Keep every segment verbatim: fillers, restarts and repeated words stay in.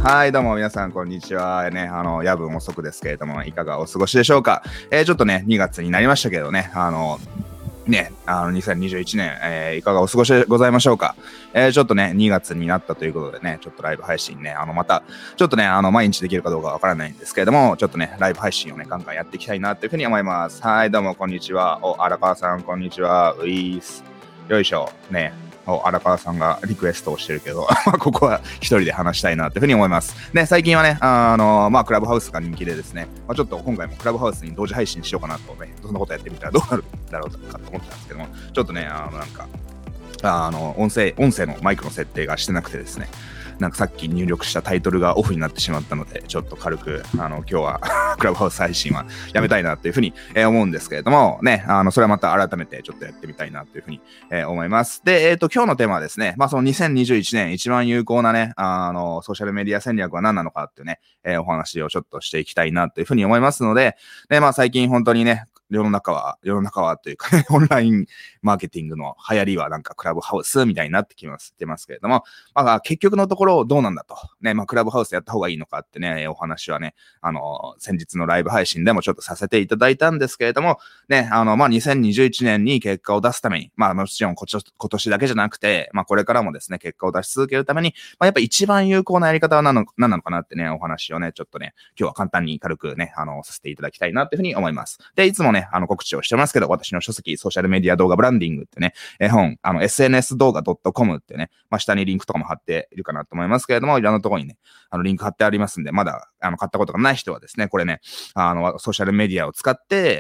はい、どうも皆さんこんにちは。ね、あの、夜分遅くですけれども、いかがお過ごしでしょうか。えー、ちょっとね、にがつになりましたけどね、あの、ね、あの、にせんにじゅういちねん、えー、いかがお過ごしでございましょうか。えー、ちょっとね、にがつになったということでね、ちょっとライブ配信ね、あの、また、ちょっとね、あの、毎日できるかどうかわからないんですけれども、ちょっとね、ライブ配信をね、ガンガンやっていきたいなというふうに思います。はい、どうもこんにちは。お、荒川さん、こんにちは。ウィース。よいしょ。ね。お、荒川さんがリクエストをしてるけど、ここは一人で話したいなというふうに思います。ね、最近はね、あの、まあ、クラブハウスが人気でですね、まあ、ちょっと今回もクラブハウスに同時配信しようかなとね、そんなことやってみたらどうなるんだろうかと思ってたんですけども、ちょっとね、あの、なんか、あの、音声、音声のマイクの設定がしてなくてですね、なんかさっき入力したタイトルがオフになってしまったので、ちょっと軽く、あの、今日はクラブハウス配信はやめたいなというふうに、えー、思うんですけれども、ね、あの、それはまた改めてちょっとやってみたいなというふうに、えー、思います。で、えっと、今日のテーマはですね、まあ、そのにせんにじゅういちねん一番有効なね、あの、ソーシャルメディア戦略は何なのかっていうね、えー、お話をちょっとしていきたいなというふうに思いますので、で、まあ、最近本当にね、世の中は、世の中はというか、ね、オンラインマーケティングの流行りはなんかクラブハウスみたいになってきます、ってますけれども、まあ結局のところどうなんだと。ね、まあクラブハウスやった方がいいのかってね、お話はね、あの、先日のライブ配信でもちょっとさせていただいたんですけれども、ね、あの、まあにせんにじゅういちねんに結果を出すために、まあもちろん今年だけじゃなくて、まあこれからもですね、結果を出し続けるために、まあやっぱ一番有効なやり方は何なの、何なのかなってね、お話をね、ちょっとね、今日は簡単に軽くね、あの、させていただきたいなっていうふうに思います。で、いつもね、あの、告知をしてますけど、私の書籍、ソーシャルメディア動画ブランディングってね、絵本、あの、エスエヌエス 動画 .com ってね、まあ、下にリンクとかも貼っているかなと思いますけれども、いろんなところにね、あの、リンク貼ってありますんで、まだ、あの、買ったことがない人はですね、これね、あの、ソーシャルメディアを使って、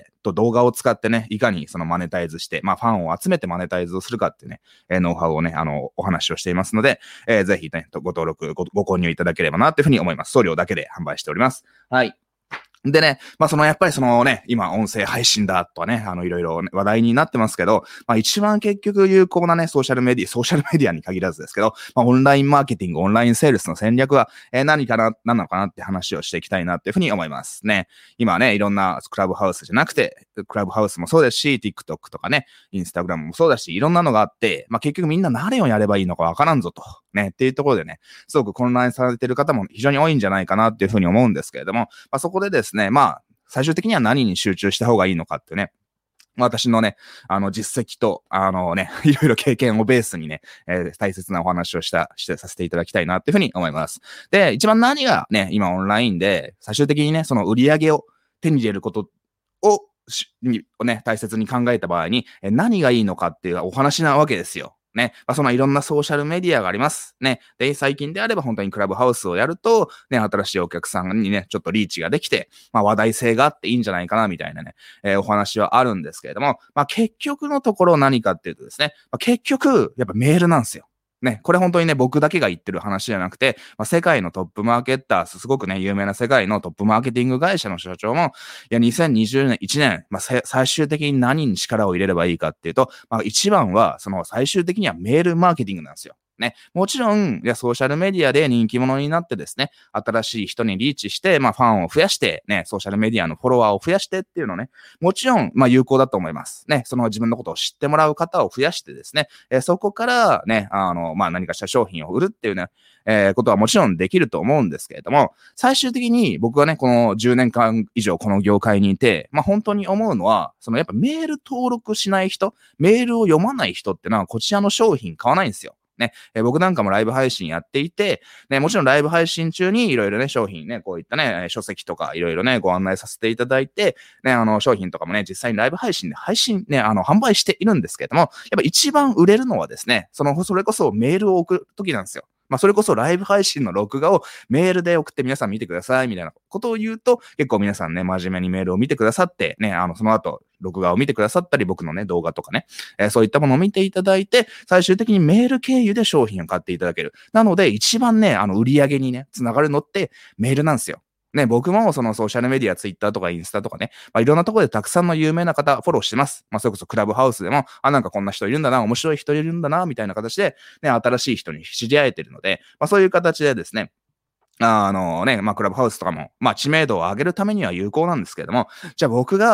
と動画を使ってね、いかにそのマネタイズして、まあ、ファンを集めてマネタイズをするかっていうね、えー、ノウハウをね、あの、お話をしていますので、えー、ぜひね、ご登録ご、ご購入いただければなというふうに思います。送料だけで販売しております。はい。でね、まあそのやっぱりそのね、今音声配信だとはね、あのいろいろ話題になってますけど、まあ一番結局有効なね、ソーシャルメディア、ソーシャルメディアに限らずですけど、まあオンラインマーケティング、オンラインセールスの戦略は、えー、何かな、何なのかなって話をしていきたいなっていうふうに思いますね。今ね、いろんなクラブハウスじゃなくて、クラブハウスもそうですし、TikTok とかね、インスタグラムもそうだし、いろんなのがあって、まあ結局みんな何をやればいいのかわからんぞと、ね、っていうところでね、すごく混乱されている方も非常に多いんじゃないかなっていうふうに思うんですけれども、まあそこでですね、まあ、最終的には何に集中した方がいいのかってね、私のね、あの実績と、あのね、いろいろ経験をベースにね、えー、大切なお話をした、してさせていただきたいなっていうふうに思います。で、一番何がね、今オンラインで、最終的にね、その売り上げを手に入れることを、にね、大切に考えた場合に、え何がいいのかっていうお話なわけですよ。ね。まあ、そのいろんなソーシャルメディアがあります。ね。で、最近であれば本当にクラブハウスをやると、ね、新しいお客さんにね、ちょっとリーチができて、まあ話題性があっていいんじゃないかな、みたいなね、えー、お話はあるんですけれども、まあ結局のところ何かっていうとですね、まあ、結局、やっぱメールなんですよ。ね、これ本当にね、僕だけが言ってる話じゃなくて、まあ、世界のトップマーケッター、すごくね、有名な世界のトップマーケティング会社の社長も、いや、にせんにじゅうねん、いちねん、まあ、最終的に何に力を入れればいいかっていうと、まあ、一番は、その最終的にはメールマーケティングなんですよ。ね。もちろん、いや、ソーシャルメディアで人気者になってですね、新しい人にリーチして、まあ、ファンを増やして、ね、ソーシャルメディアのフォロワーを増やしてっていうのね、もちろん、まあ、有効だと思います。ね、その自分のことを知ってもらう方を増やしてですね、えー、そこからね、あの、まあ、何かした商品を売るっていうね、えー、ことはもちろんできると思うんですけれども、最終的に僕はね、このじゅうねんかん以上この業界にいて、まあ、本当に思うのは、そのやっぱメール登録しない人、メールを読まない人ってのは、こちらの商品買わないんですよ。ね、えー、僕なんかもライブ配信やっていて、ね、もちろんライブ配信中にいろいろね、商品ね、こういったね、書籍とかいろいろね、ご案内させていただいて、ね、あの、商品とかもね、実際にライブ配信で配信ね、あの、販売しているんですけれども、やっぱ一番売れるのはですね、その、それこそメールを送るときなんですよ。まあ、それこそライブ配信の録画をメールで送って皆さん見てくださいみたいなことを言うと、結構皆さんね、真面目にメールを見てくださって、ね、あの、その後、録画を見てくださったり、僕のね、動画とかね、えー、そういったものを見ていただいて、最終的にメール経由で商品を買っていただける。なので、一番ね、あの、売り上げにね、つながるのってメールなんですよ。ね、僕もそのソーシャルメディア、ツイッターとかインスタとかね、まあ、いろんなところでたくさんの有名な方フォローしてます。まあ、それこそクラブハウスでも、あ、なんかこんな人いるんだな、面白い人いるんだな、みたいな形で、ね、新しい人に知り合えてるので、まあ、そういう形でですね、あのね、まあ、クラブハウスとかも、まあ、知名度を上げるためには有効なんですけれども、じゃあ僕が、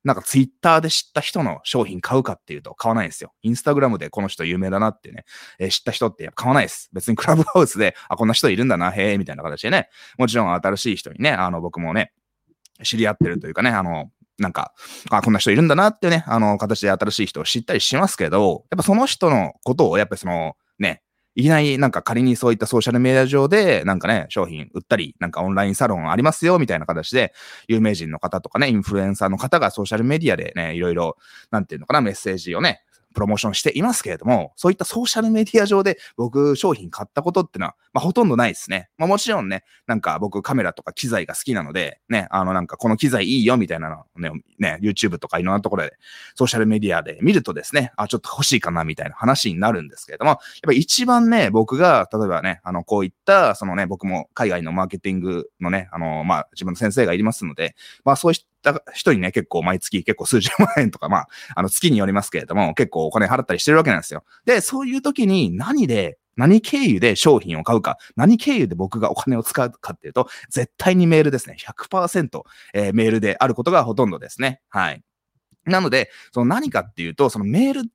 なんかツイッターで知った人の商品買うかっていうと買わないんですよ。インスタグラムでこの人有名だなってね、えー、知った人って買わないです。別にクラブハウスで、あ、こんな人いるんだな、へえ、みたいな形でね、もちろん新しい人にね、あの、僕もね、知り合ってるというかね、あの、なんか、あ、こんな人いるんだなってね、あの、形で新しい人を知ったりしますけど、やっぱその人のことを、やっぱりその、ね、いきなりなんか仮にそういったソーシャルメディア上でなんかね、商品売ったり、なんかオンラインサロンありますよみたいな形で、有名人の方とかね、インフルエンサーの方がソーシャルメディアでね、いろいろ、なんていうのかな、メッセージをね、プロモーションしていますけれども、そういったソーシャルメディア上で僕商品買ったことってのは、まあほとんどないですね。まあもちろんね、なんか僕カメラとか機材が好きなので、ね、あのなんかこの機材いいよみたいなのね、ね、YouTube とかいろんなところで、ソーシャルメディアで見るとですね、あ、ちょっと欲しいかなみたいな話になるんですけれども、やっぱり一番ね、僕が、例えばね、あの、こういった、そのね、僕も海外のマーケティングのね、あの、まあ自分の先生がいりますので、まあそういった人にね、結構毎月結構数十万円とか、まあ、あの月によりますけれども、結構お金払ったりしてるわけなんですよ。で、そういう時に何で、何経由で商品を買うか、何経由で僕がお金を使うかっていうと、絶対にメールですね。ひゃくパーセント、えー、メールであることがほとんどですね。はい。なので、その何かっていうと、そのメールって、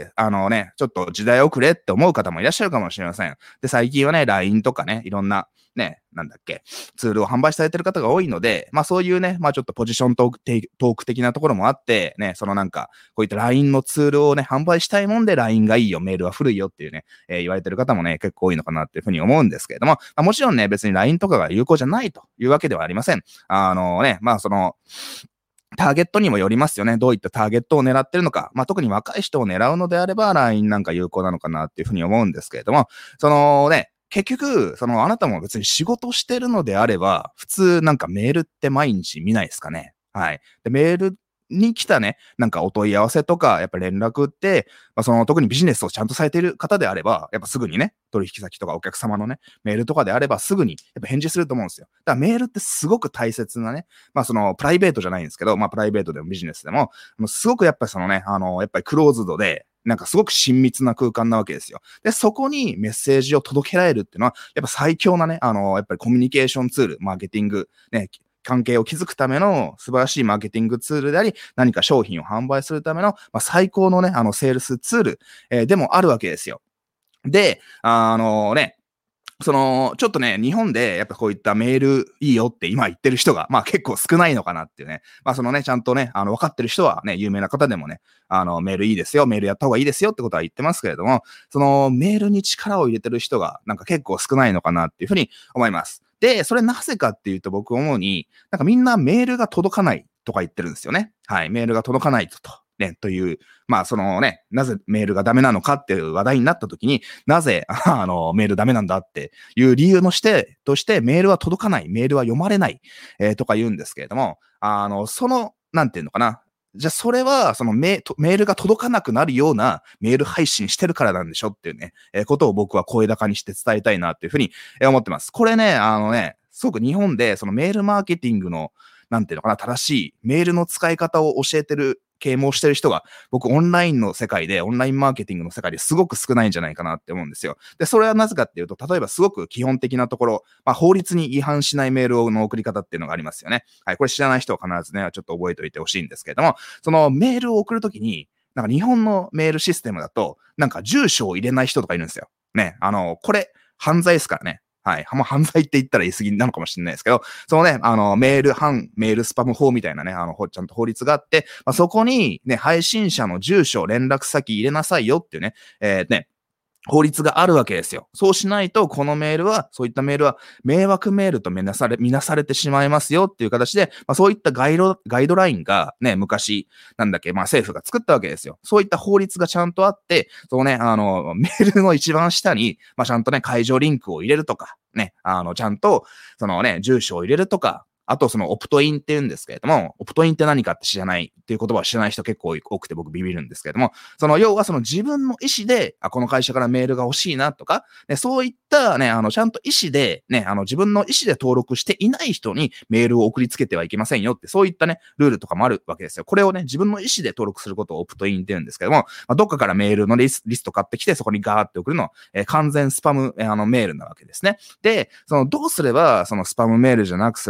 あのね、ちょっと時代遅れって思う方もいらっしゃるかもしれません。で、最近はね、ライン とかね、いろんな、ね、なんだっけ、ツールを販売されてる方が多いので、まあそういうね、まあちょっとポジショントーク、トーク的なところもあって、ね、そのなんか、こういった ライン のツールをね、販売したいもんで ライン がいいよ、メールは古いよっていうね、えー、言われてる方もね、結構多いのかなっていうふうに思うんですけれども、まあ、もちろんね、別に ライン とかが有効じゃないというわけではありません。あのね、まあその、ターゲットにもよりますよね。どういったターゲットを狙ってるのか。まあ、特に若い人を狙うのであれば、ライン なんか有効なのかなっていうふうに思うんですけれども、そのね、結局、そのあなたも別に仕事してるのであれば、普通なんかメールって毎日見ないですかね。はい。で、メールに来たね、なんかお問い合わせとか、やっぱ連絡って、まあ、その特にビジネスをちゃんとされている方であれば、やっぱすぐにね、取引先とかお客様のね、メールとかであればすぐにやっぱ返事すると思うんですよ。だからメールってすごく大切なね、まあそのプライベートじゃないんですけど、まあプライベートでもビジネスでも、もうすごくやっぱりそのね、あの、やっぱりクローズドで、なんかすごく親密な空間なわけですよ。で、そこにメッセージを届けられるっていうのは、やっぱ最強なね、あの、やっぱりコミュニケーションツール、マーケティング、ね、関係を築くための素晴らしいマーケティングツールであり、何か商品を販売するための、まあ、最高のね、あの、セールスツール、えー、でもあるわけですよ。で、あのね、その、ちょっとね、日本でやっぱこういったメールいいよって今言ってる人が、まあ結構少ないのかなっていうね。まあそのね、ちゃんとね、あの、分かってる人はね、有名な方でもね、あの、メールいいですよ、メールやった方がいいですよってことは言ってますけれども、そのメールに力を入れてる人がなんか結構少ないのかなっていうふうに思います。で、それなぜかっていうと僕思うに、なんかみんなメールが届かないとか言ってるんですよね。はい、メールが届かないと。ね、という、まあそのね、なぜメールがダメなのかっていう話題になった時に、なぜ、あの、メールダメなんだっていう理由のして、としてメールは届かない、メールは読まれない、えー、とか言うんですけれども、あの、その、なんていうのかな。じゃあそれは、そのメメールが届かなくなるようなメール配信してるからなんでしょっていうね、えー、ことを僕は声高にして伝えたいなっていうふうに思ってます。これね、あのね、すごく日本でそのメールマーケティングの、なんていうのかな、正しいメールの使い方を教えてる、啓蒙してる人が、僕オンラインの世界で、オンラインマーケティングの世界ですごく少ないんじゃないかなって思うんですよ。で、それはなぜかっていうと、例えばすごく基本的なところ、まあ、法律に違反しないメールの送り方っていうのがありますよね。はい、これ知らない人は必ずね、ちょっと覚えておいてほしいんですけれども、そのメールを送るときに、なんか日本のメールシステムだと、なんか住所を入れない人とかいるんですよ。ね、あの、これ、犯罪ですからね。はい。まあ、犯罪って言ったら言い過ぎなのかもしれないですけど、そのね、あの、メール、反メールスパム法みたいなね、あの、ちゃんと法律があって、まあ、そこにね、配信者の住所、連絡先入れなさいよっていうね、えー、ね、法律があるわけですよ。そうしないと、このメールは、そういったメールは、迷惑メールとみなされ、みなされてしまいますよっていう形で、まあ、そういったガイド、ガイドラインがね、昔、なんだっけ、まあ政府が作ったわけですよ。そういった法律がちゃんとあって、そのね、あの、メールの一番下に、まあちゃんとね、解除リンクを入れるとか、ね、あの、ちゃんと、そのね、住所を入れるとか、あとそのオプトインって言うんですけれども、オプトインって何かって知らないっていう言葉を知らない人結構多くて僕ビビるんですけれども、その要はその自分の意思で、あ、この会社からメールが欲しいなとか、ね、そういったね、あの、ちゃんと意思で、ね、あの、自分の意思で登録していない人にメールを送りつけてはいけませんよって、そういったね、ルールとかもあるわけですよ。これをね、自分の意思で登録することをオプトインって言うんですけども、まあ、どっかからメールのリスリスト買ってきて、そこにガーって送るの、えー、完全スパム、えー、あのメールなわけですね。で、その、どうすれば、そのスパムメールじゃなくすることがで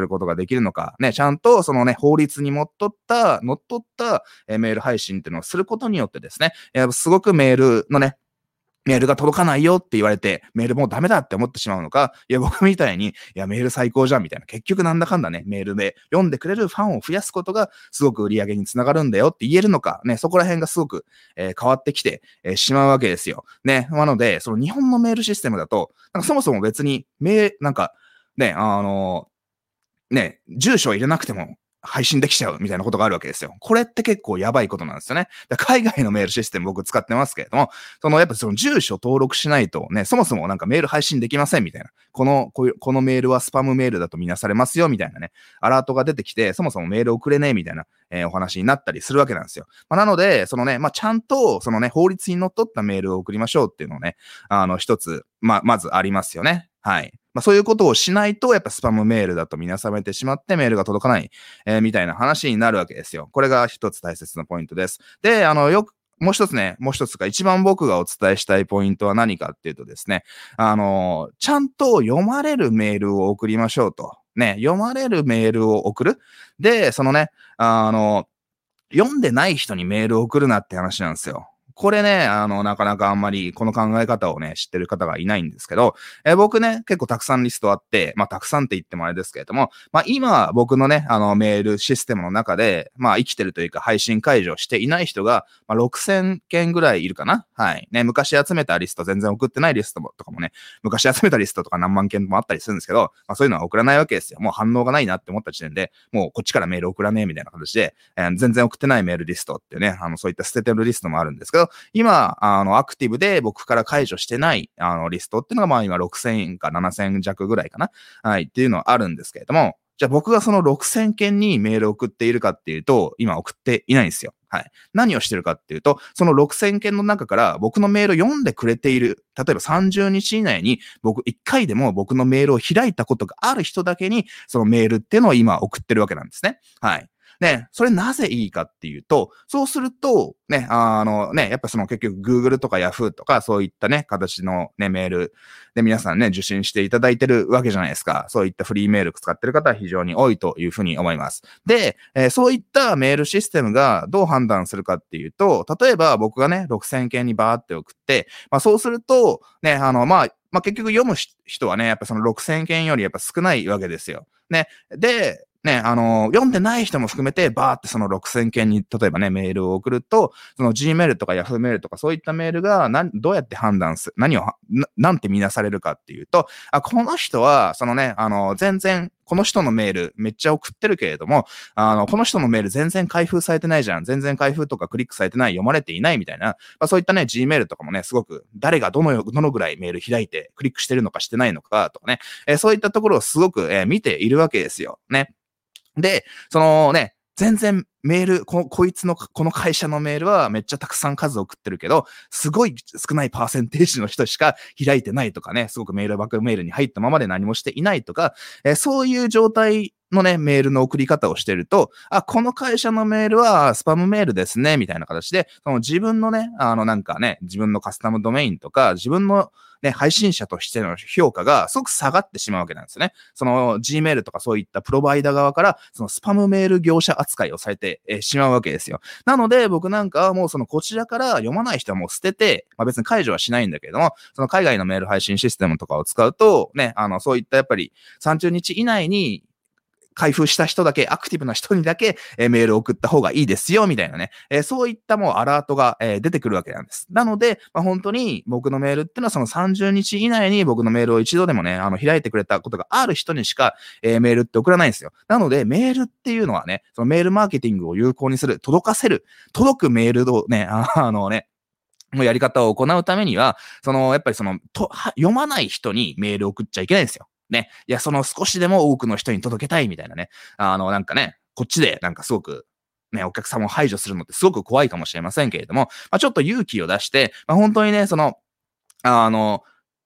できるのか、ね、ちゃんとそのね、法律にのっとった、のっとった、えーメール配信っていうのをすることによってですね、えーすごくメールのね、メールが届かないよって言われて、メールもうダメだって思ってしまうのか、いや、僕みたいに、いや、メール最高じゃんみたいな、結局なんだかんだね、メールで読んでくれるファンを増やすことが、すごく売り上げにつながるんだよって言えるのか、ね、そこら辺がすごく、えー変わってきて、えーしまうわけですよ。ね、なので、その日本のメールシステムだと、なんかそもそも別に、メーなんか、ね、あのね、住所を入れなくても配信できちゃうみたいなことがあるわけですよ。これって結構やばいことなんですよね。だから海外のメールシステム僕使ってますけれども、そのやっぱその住所登録しないとね、そもそもなんかメール配信できませんみたいな。この、こういう、このメールはスパムメールだとみなされますよみたいなね、アラートが出てきて、そもそもメール送れねえみたいな、えーお話になったりするわけなんですよ。まあ、なので、そのね、まあ、ちゃんと、そのね、法律にのっとったメールを送りましょうっていうのをね、あの、一つ、まあ、まずありますよね。はい。まあ、そういうことをしないと、やっぱスパムメールだとみなされてしまってメールが届かない、えーみたいな話になるわけですよ。これが一つ大切なポイントです。で、あの、よく、もう一つね、もう一つか、一番僕がお伝えしたいポイントは何かっていうとですね、あの、ちゃんと読まれるメールを送りましょうと。ね、読まれるメールを送る。で、そのね、あの、読んでない人にメールを送るなって話なんですよ。これね、あの、なかなかあんまりこの考え方をね、知ってる方がいないんですけど、えー僕ね、結構たくさんリストあって、まあ、たくさんって言ってもあれですけれども、まあ、今、僕のね、あの、メールシステムの中で、まあ、生きてるというか、配信解除していない人が、まあ、ろくせんけんぐらいいるかな。はい。ね、昔集めたリスト、全然送ってないリストもとかもね、昔集めたリストとか何万件もあったりするんですけど、まあ、そういうのは送らないわけですよ。もう反応がないなって思った時点で、もうこっちからメール送らねえみたいな形で、えー全然送ってないメールリストっていうね、あの、そういった捨ててるリストもあるんですけど、今、あの、アクティブで僕から解除してない、あの、リストっていうのが、まあ今ろくせんかななせん弱ぐらいかな。はい、っていうのはあるんですけれども、じゃあ僕がそのろくせんけんにメールを送っているかっていうと、今送っていないんですよ。はい。何をしてるかっていうと、そのろくせんけんの中から僕のメールを読んでくれている、例えばさんじゅうにち以内に僕いっかいでも僕のメールを開いたことがある人だけに、そのメールっていうのを今送ってるわけなんですね。はい。ね、それなぜいいかっていうと、そうすると、ね、あのね、やっぱその結局 Google とか Yahoo とかそういったね、形のね、メールで皆さんね、受信していただいてるわけじゃないですか。そういったフリーメール使ってる方は非常に多いというふうに思います。で、えーそういったメールシステムがどう判断するかっていうと、例えば僕がね、ろくせんけんにバーって送って、まあそうすると、ね、あの、まあ、まあ結局読む人はね、やっぱそのろくせんけんよりやっぱ少ないわけですよ。ね。で、ね、あの、読んでない人も含めて、バーってそのろくせんけんに、例えばね、メールを送ると、その Gmail とか Yahoo メールとかそういったメールが、なん、どうやって判断す、何をは、な、なんて見なされるかっていうと、あ、この人は、そのね、あの、全然、この人のメールめっちゃ送ってるけれども、あの、この人のメール全然開封されてないじゃん。全然開封とかクリックされてない、読まれていないみたいな、まあそういったね、Gmail とかもね、すごく誰がどのよ、どのぐらいメール開いてクリックしてるのかしてないのかとかね、えーそういったところをすごく、えー見ているわけですよ。ね。で、そのね、全然メール、こ、こいつの、この会社のメールはめっちゃたくさん数送ってるけど、すごい少ないパーセンテージの人しか開いてないとかね、すごくメールバックメールに入ったままで何もしていないとか、えーそういう状態のね、メールの送り方をしてると、あ、この会社のメールはスパムメールですね、みたいな形で、その自分のね、あのなんかね、自分のカスタムドメインとか、自分のね、配信者としての評価がすごく下がってしまうわけなんですよね。その Gmail とかそういったプロバイダ側から、そのスパムメール業者扱いをされて、えーしまうわけですよ。なので、僕なんかはもうそのこちらから読まない人はもう捨てて、まあ別に解除はしないんだけれども、その海外のメール配信システムとかを使うと、ね、あの、そういったやっぱりさんじゅうにち以内に、開封した人だけ、アクティブな人にだけ、えーメールを送った方がいいですよ、みたいなね。えーそういったもうアラートが、えー出てくるわけなんです。なので、まあ、本当に僕のメールっていうのはそのさんじゅうにち以内に僕のメールを一度でもね、あの、開いてくれたことがある人にしか、えーメールって送らないんですよ。なので、メールっていうのはね、そのメールマーケティングを有効にする、届かせる、届くメールをね、ああのね、のやり方を行うためには、その、やっぱりその、と、は読まない人にメールを送っちゃいけないんですよ。ね。いや、その少しでも多くの人に届けたいみたいなね。あの、なんかね、こっちでなんかすごく、ね、お客様を排除するのってすごく怖いかもしれませんけれども、まあ、ちょっと勇気を出して、まあ、本当にね、その、あの、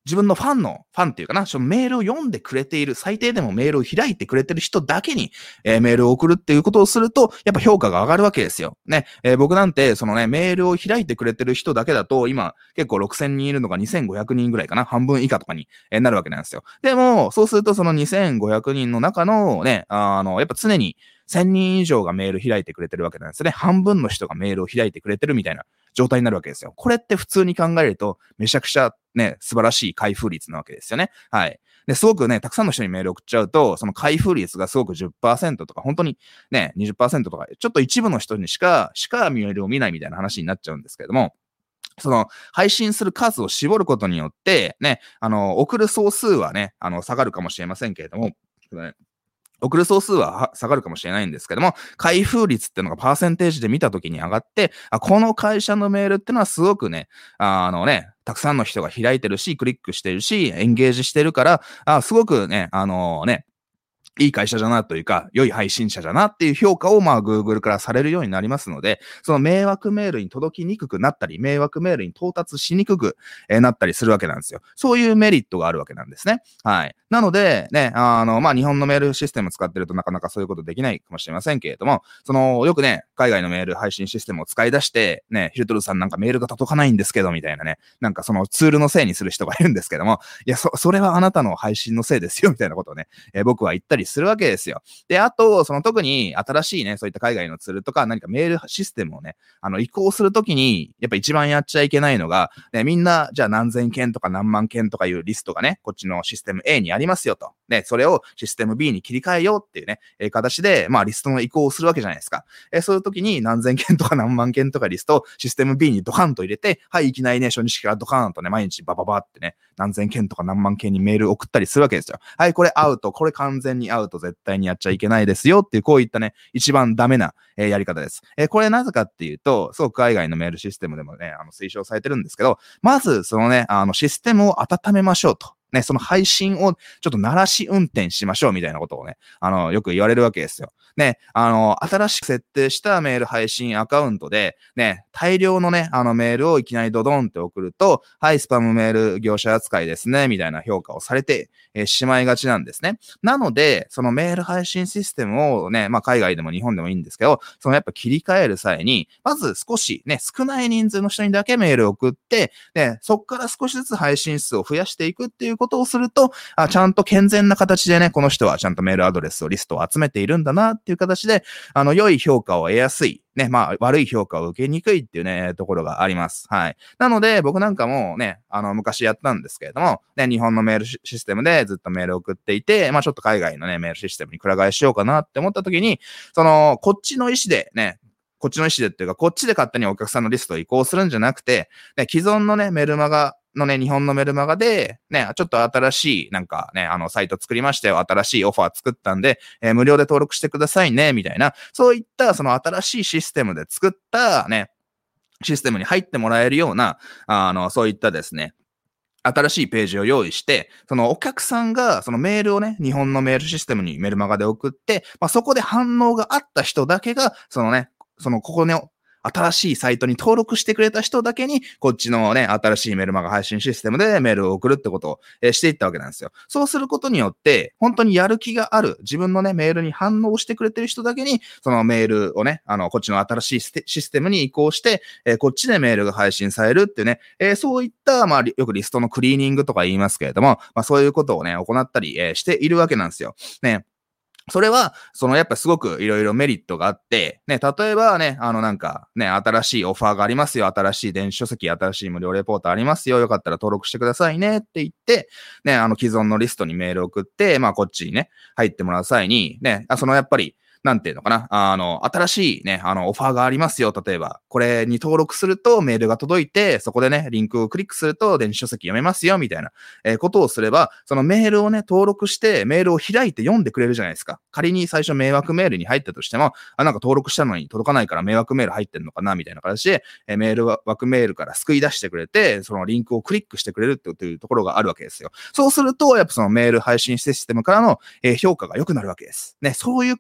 自分のファンの、ファンっていうかな、そのメールを読んでくれている、最低でもメールを開いてくれてる人だけに、えー、メールを送るっていうことをすると、やっぱ評価が上がるわけですよ。ね、えー、僕なんて、そのね、メールを開いてくれてる人だけだと、今、結構ろくせんにんいるのがにせんごひゃくにんぐらいかな、半分以下とかに、えー、なるわけなんですよ。でも、そうするとそのにせんごひゃくにんの中のね、あの、やっぱ常にせんにん以上がメール開いてくれてるわけなんですね。半分の人がメールを開いてくれてるみたいな状態になるわけですよ。これって普通に考えると、めちゃくちゃね、素晴らしい開封率なわけですよね。はい。で、すごくね、たくさんの人にメール送っちゃうと、その開封率がすごく じゅっパーセント とか、本当にね、にじゅっパーセント とか、ちょっと一部の人にしか、しかメールを見ないみたいな話になっちゃうんですけれども、その、配信する数を絞ることによって、ね、あの、送る総数はね、あの、下がるかもしれませんけれども、送る総数は下がるかもしれないんですけども、開封率っていうのがパーセンテージで見たときに上がって、あ、この会社のメールっていうのはすごくね、あのね、たくさんの人が開いてるし、クリックしてるし、エンゲージしてるから、あ、すごくね、あのね、いい会社だなというか、良い配信者だなっていう評価をまあ Google からされるようになりますので、その迷惑メールに届きにくくなったり、迷惑メールに到達しにくくなったりするわけなんですよ。そういうメリットがあるわけなんですね。はい。なので、ね、あの、まあ日本のメールシステムを使ってるとなかなかそういうことできないかもしれませんけれども、その、よくね、海外のメール配信システムを使い出して、ね、ヒルトルさんなんかメールが届かないんですけど、みたいなね、なんかそのツールのせいにする人がいるんですけども、いや、そ、それはあなたの配信のせいですよ、みたいなことをね、えー、僕は言ったりするわけですよ。で、あと、その特に新しいね、そういった海外のツールとか何かメールシステムをね、あの、移行するときに、やっぱ一番やっちゃいけないのが、ね、みんな、じゃあ何千件とか何万件とかいうリストがね、こっちのシステム A にありますよと。ね、それをシステム B に切り替えようっていうね、えー、形で、まあリストの移行をするわけじゃないですか。えー、そういうときに何千件とか何万件とかリストをシステム B にドカンと入れて、はい、いきなりね、初日からドカンとね、毎日バババってね、何千件とか何万件にメール送ったりするわけですよ。はい、これアウト、これ完全にアウト、絶対にやっちゃいけないですよっていう、こういったね、一番ダメな、えー、やり方です。えー、これなぜかっていうと、すごく海外のメールシステムでもね、あの推奨されてるんですけど、まずそのね、あのシステムを温めましょうと。ね、その配信をちょっと鳴らし運転しましょうみたいなことをね、あの、よく言われるわけですよ。ね、あの、新しく設定したメール配信アカウントで、ね、大量のね、あのメールをいきなりドドンって送ると、はい、スパムメール業者扱いですね、みたいな評価をされて、えー、しまいがちなんですね。なので、そのメール配信システムをね、まあ海外でも日本でもいいんですけど、そのやっぱ切り替える際に、まず少しね、少ない人数の人にだけメールを送って、ね、そっから少しずつ配信数を増やしていくっていうことをすると、あ、ちゃんと健全な形でね、この人はちゃんとメールアドレスをリストを集めているんだなっていう形で、あの、良い評価を得やすい。ね、まあ、悪い評価を受けにくいっていうね、ところがあります。はい。なので、僕なんかもね、あの、昔やったんですけれども、ね、日本のメールシステムでずっとメールを送っていて、まあ、ちょっと海外のね、メールシステムにくら替えしようかなって思った時に、その、こっちの意思でね、こっちの意思でっていうか、こっちで勝手にお客さんのリストを移行するんじゃなくて、ね、既存のね、メルマガのね、日本のメルマガで、ね、ちょっと新しい、なんかね、あの、サイト作りましたよ。新しいオファー作ったんで、えー、無料で登録してくださいね、みたいな、そういった、その新しいシステムで作った、ね、システムに入ってもらえるような、あの、そういったですね、新しいページを用意して、そのお客さんがそのメールをね、日本のメールシステムにメルマガで送って、まあ、そこで反応があった人だけが、そのね、そのここの新しいサイトに登録してくれた人だけに、こっちのね、新しいメルマガ配信システムでメールを送るってことを、えー、していったわけなんですよ。そうすることによって、本当にやる気がある、自分のね、メールに反応してくれてる人だけに、そのメールをね、あの、こっちの新しいシステムに移行して、えー、こっちでメールが配信されるっていうね、えー、そういった、まあ、よくリストのクリーニングとか言いますけれども、まあ、そういうことをね、行ったり、えー、しているわけなんですよ。ね。それは、そのやっぱすごくいろいろメリットがあって、ね、例えばね、あのなんかね、新しいオファーがありますよ、新しい電子書籍、新しい無料レポートありますよ、よかったら登録してくださいねって言って、ね、あの既存のリストにメールを送って、まあこっちにね、入ってもらう際に、ね、そのやっぱり、なんていうのかな、あの、新しいね、あの、オファーがありますよ。例えば、これに登録するとメールが届いて、そこでね、リンクをクリックすると電子書籍読めますよ、みたいな、えー、ことをすれば、そのメールをね、登録して、メールを開いて読んでくれるじゃないですか。仮に最初迷惑メールに入ったとしても、あ、なんか登録したのに届かないから迷惑メール入ってんのかな、みたいな形で、えー、メール枠メールから救い出してくれて、そのリンクをクリックしてくれるっていうところがあるわけですよ。そうすると、やっぱそのメール配信システムからの、えー、評価が良くなるわけです。ね、そういうこと、そういう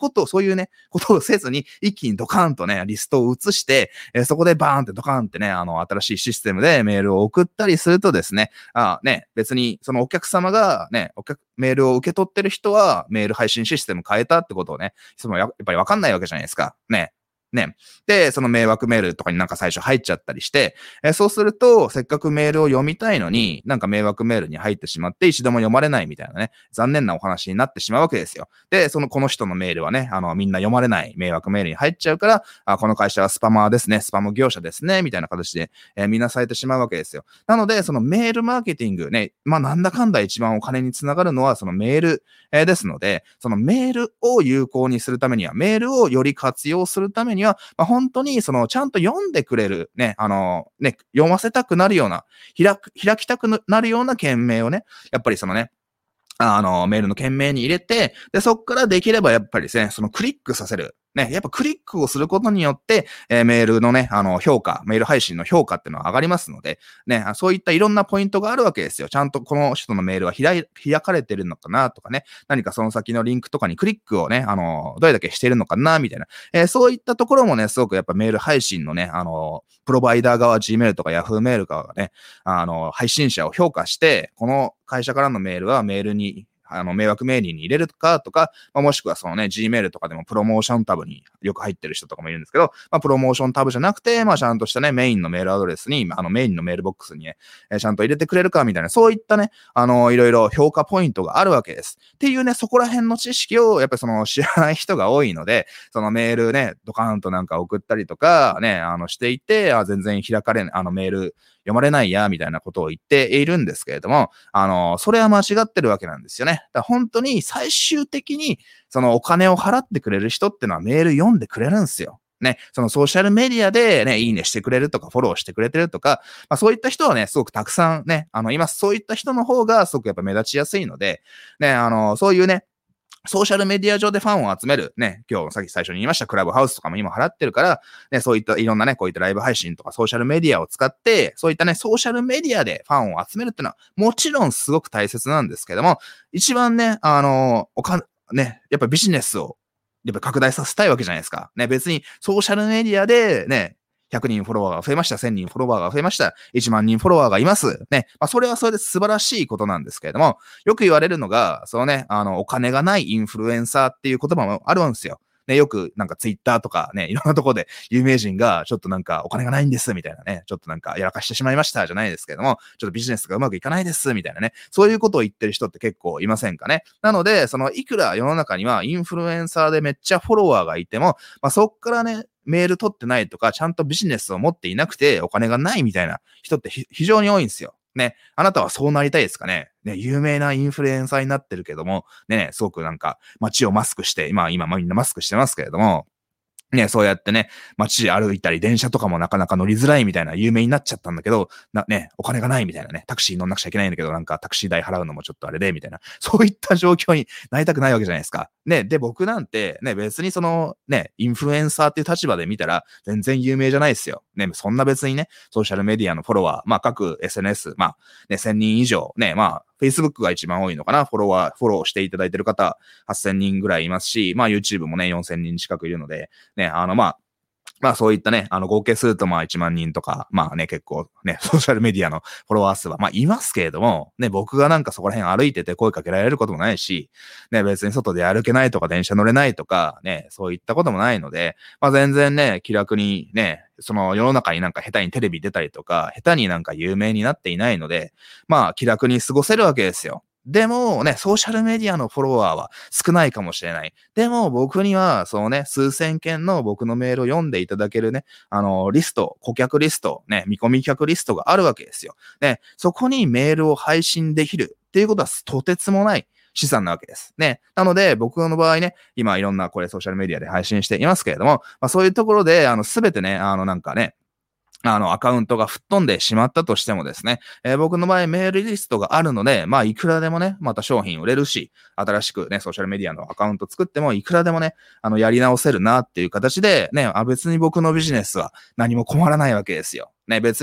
いうね、ことをせずに、一気にドカーンとね、リストを移して、えー、そこでバーンってドカーンってね、あの、新しいシステムでメールを送ったりするとですね、あね、別にそのお客様がね、お客、メールを受け取ってる人はメール配信システム変えたってことをね、そのやっぱりわかんないわけじゃないですか。ね。ね。で、その迷惑メールとかになんか最初入っちゃったりして、えーそうすると、せっかくメールを読みたいのに、なんか迷惑メールに入ってしまって一度も読まれないみたいなね、残念なお話になってしまうわけですよ。で、そのこの人のメールはね、あの、みんな読まれない迷惑メールに入っちゃうから、あ、この会社はスパマーですね、スパム業者ですね、みたいな形で、えーみんなされてしまうわけですよ。なので、そのメールマーケティングね、まあなんだかんだ一番お金につながるのはそのメール、えーですので、そのメールを有効にするためには、メールをより活用するためには、まあ、本当にそのちゃんと読んでくれる、ね、あの、ね、読ませたくなるような、開く、開きたくなるような件名をね、やっぱりそのね、あの、メールの件名に入れて、で、そっからできればやっぱりですね、そのクリックさせる。ね、やっぱクリックをすることによって、えーメールのね、あの、評価、メール配信の評価っていうのは上がりますので、ね、あそういったいろんなポイントがあるわけですよ。ちゃんとこの人のメールは開い、開かれてるのかなとかね、何かその先のリンクとかにクリックをね、あの、どれだけしてるのかなみたいな、えーそういったところもね、すごくやっぱメール配信のね、あの、プロバイダー側、Gmail とか Yahoo メール側がね、あの、配信者を評価して、この会社からのメールはメールに、あの、迷惑メールに入れるかとか、まあ、もしくはそのね、Gmail とかでもプロモーションタブによく入ってる人とかもいるんですけど、まあ、プロモーションタブじゃなくて、まあ、ちゃんとしたね、メインのメールアドレスに、あの、メインのメールボックスにね、えーちゃんと入れてくれるかみたいな、そういったね、あの、いろいろ評価ポイントがあるわけです。っていうね、そこら辺の知識を、やっぱりその知らない人が多いので、そのメールね、ドカーンとなんか送ったりとか、ね、あの、していて、あ、全然開かれん、あの、メール、読まれないや、みたいなことを言っているんですけれども、あの、それは間違ってるわけなんですよね。だから本当に最終的に、そのお金を払ってくれる人ってのはメール読んでくれるんですよ。ね、そのソーシャルメディアでね、いいねしてくれるとか、フォローしてくれてるとか、まあそういった人はね、すごくたくさんね、あの、今そういった人の方がすごくやっぱ目立ちやすいので、ね、あの、そういうね、ソーシャルメディア上でファンを集める。ね、今日さっき最初に言いましたクラブハウスとかも今払ってるから、ね、そういったいろんなね、こういったライブ配信とかソーシャルメディアを使って、そういったね、ソーシャルメディアでファンを集めるっていうのは、もちろんすごく大切なんですけども、一番ね、あの、お金、ね、やっぱビジネスを、やっぱ拡大させたいわけじゃないですか。ね、別にソーシャルメディアでね、ひゃくにんフォロワーが増えました。せんにんフォロワーが増えました。いちまんにんフォロワーがいます。ね。まあ、それはそれで素晴らしいことなんですけれども、よく言われるのが、そのね、あの、お金がないインフルエンサーっていう言葉もあるんですよ。ね、よくなんかツイッターとかね、いろんなところで有名人がちょっとなんかお金がないんですみたいなね、ちょっとなんかやらかしてしまいましたじゃないですけれども、ちょっとビジネスがうまくいかないですみたいなね、そういうことを言ってる人って結構いませんかね。なので、そのいくら世の中にはインフルエンサーでめっちゃフォロワーがいても、まあ、そっからね、メール取ってないとか、ちゃんとビジネスを持っていなくてお金がないみたいな人って非常に多いんですよ。ね。あなたはそうなりたいですかね。ね、有名なインフルエンサーになってるけども、ね、すごくなんか街をマスクして、今、今みんなマスクしてますけれども、ね、そうやってね、街歩いたり電車とかもなかなか乗りづらいみたいな有名になっちゃったんだけど、な、ね、お金がないみたいなね、タクシー乗んなくちゃいけないんだけど、なんかタクシー代払うのもちょっとあれで、みたいな、そういった状況になりたくないわけじゃないですか。ね、で、僕なんて、ね、別にその、ね、インフルエンサーっていう立場で見たら、全然有名じゃないですよ。ね、そんな別にね、ソーシャルメディアのフォロワー、まあ各 エスエヌエス、まあ、ね、せんにん以上、ね、まあ、Facebook が一番多いのかな。フォロワー、フォローしていただいてる方、はっせんにんぐらいいますし、まあ YouTube もね、よんせんにん近くいるので、ね、あのまあ、まあそういったね、あの合計するとまあいちまんにんとか、まあね、結構ね、ソーシャルメディアのフォロワー数はまあいますけれども、ね、僕がなんかそこら辺歩いてて声かけられることもないし、ね、別に外で歩けないとか電車乗れないとか、ね、そういったこともないので、まあ全然ね、気楽にね、その世の中になんか下手にテレビ出たりとか、下手になんか有名になっていないので、まあ気楽に過ごせるわけですよ。でもね、ソーシャルメディアのフォロワーは少ないかもしれない。でも僕には、そのね、数千件の僕のメールを読んでいただけるね、あの、リスト、顧客リスト、ね、見込み客リストがあるわけですよ。ね、そこにメールを配信できるっていうことはとてつもない資産なわけです。ね。なので、僕の場合ね、今いろんなこれソーシャルメディアで配信していますけれども、まあそういうところで、あの、すべてね、あの、なんかね、あの、アカウントが吹っ飛んでしまったとしてもですね、えー僕の場合メールリストがあるので、まあ、いくらでもね、また商品売れるし、新しくね、ソーシャルメディアのアカウント作っても、いくらでもね、あの、やり直せるなっていう形で、ね、あ、別に僕のビジネスは何も困らないわけですよ。ね、別に、